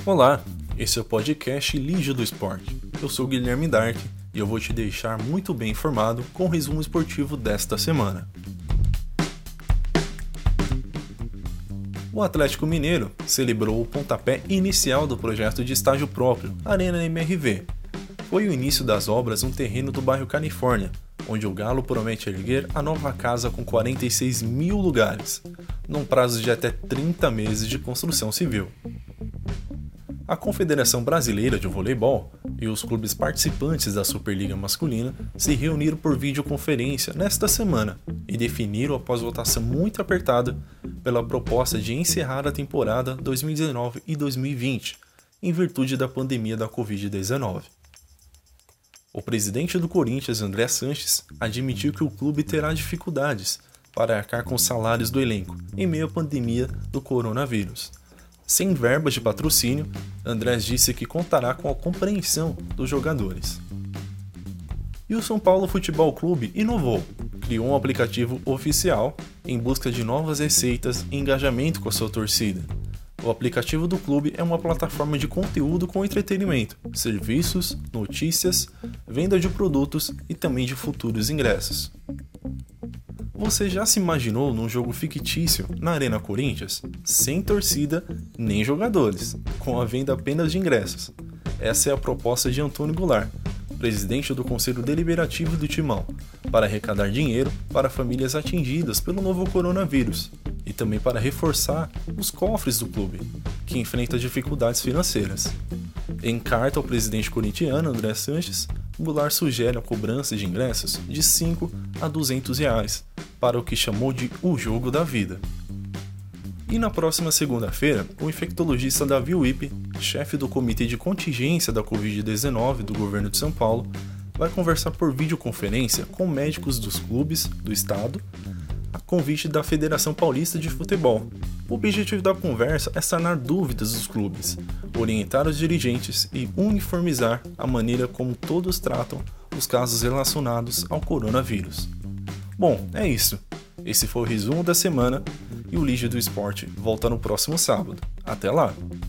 Olá, esse é o podcast Lígio do Esporte. Eu sou Guilherme Dark e eu vou te deixar muito bem informado com o resumo esportivo desta semana. O Atlético Mineiro celebrou o pontapé inicial do projeto de estádio próprio, Arena MRV. Foi o início das obras no terreno do bairro Califórnia, onde o Galo promete erguer a nova casa com 46 mil lugares, num prazo de até 30 meses de construção civil. A Confederação Brasileira de Voleibol e os clubes participantes da Superliga Masculina se reuniram por videoconferência nesta semana e definiram, após votação muito apertada, pela proposta de encerrar a temporada 2019 e 2020, em virtude da pandemia da Covid-19. O presidente do Corinthians, André Sanches, admitiu que o clube terá dificuldades para arcar com os salários do elenco em meio à pandemia do coronavírus. Sem verbas de patrocínio, André disse que contará com a compreensão dos jogadores. E o São Paulo Futebol Clube inovou, criou um aplicativo oficial em busca de novas receitas e engajamento com a sua torcida. O aplicativo do clube é uma plataforma de conteúdo com entretenimento, serviços, notícias, venda de produtos e também de futuros ingressos. Você já se imaginou num jogo fictício na Arena Corinthians, sem torcida nem jogadores, com a venda apenas de ingressos? Essa é a proposta de Antônio Goulart, presidente do Conselho Deliberativo do Timão, para arrecadar dinheiro para famílias atingidas pelo novo coronavírus e também para reforçar os cofres do clube, que enfrenta dificuldades financeiras. Em carta ao presidente corintiano, André Sanches, Goulart sugere a cobrança de ingressos de R$ 5 a R$ 200 para o que chamou de o jogo da vida. E na próxima segunda-feira, o infectologista Davi Wippe, chefe do Comitê de Contingência da Covid-19 do governo de São Paulo, vai conversar por videoconferência com médicos dos clubes do estado, a convite da Federação Paulista de Futebol. O objetivo da conversa é sanar dúvidas dos clubes, orientar os dirigentes e uniformizar a maneira como todos tratam os casos relacionados ao coronavírus. Bom, é isso. Esse foi o resumo da semana e o Lígio do Esporte volta no próximo sábado. Até lá!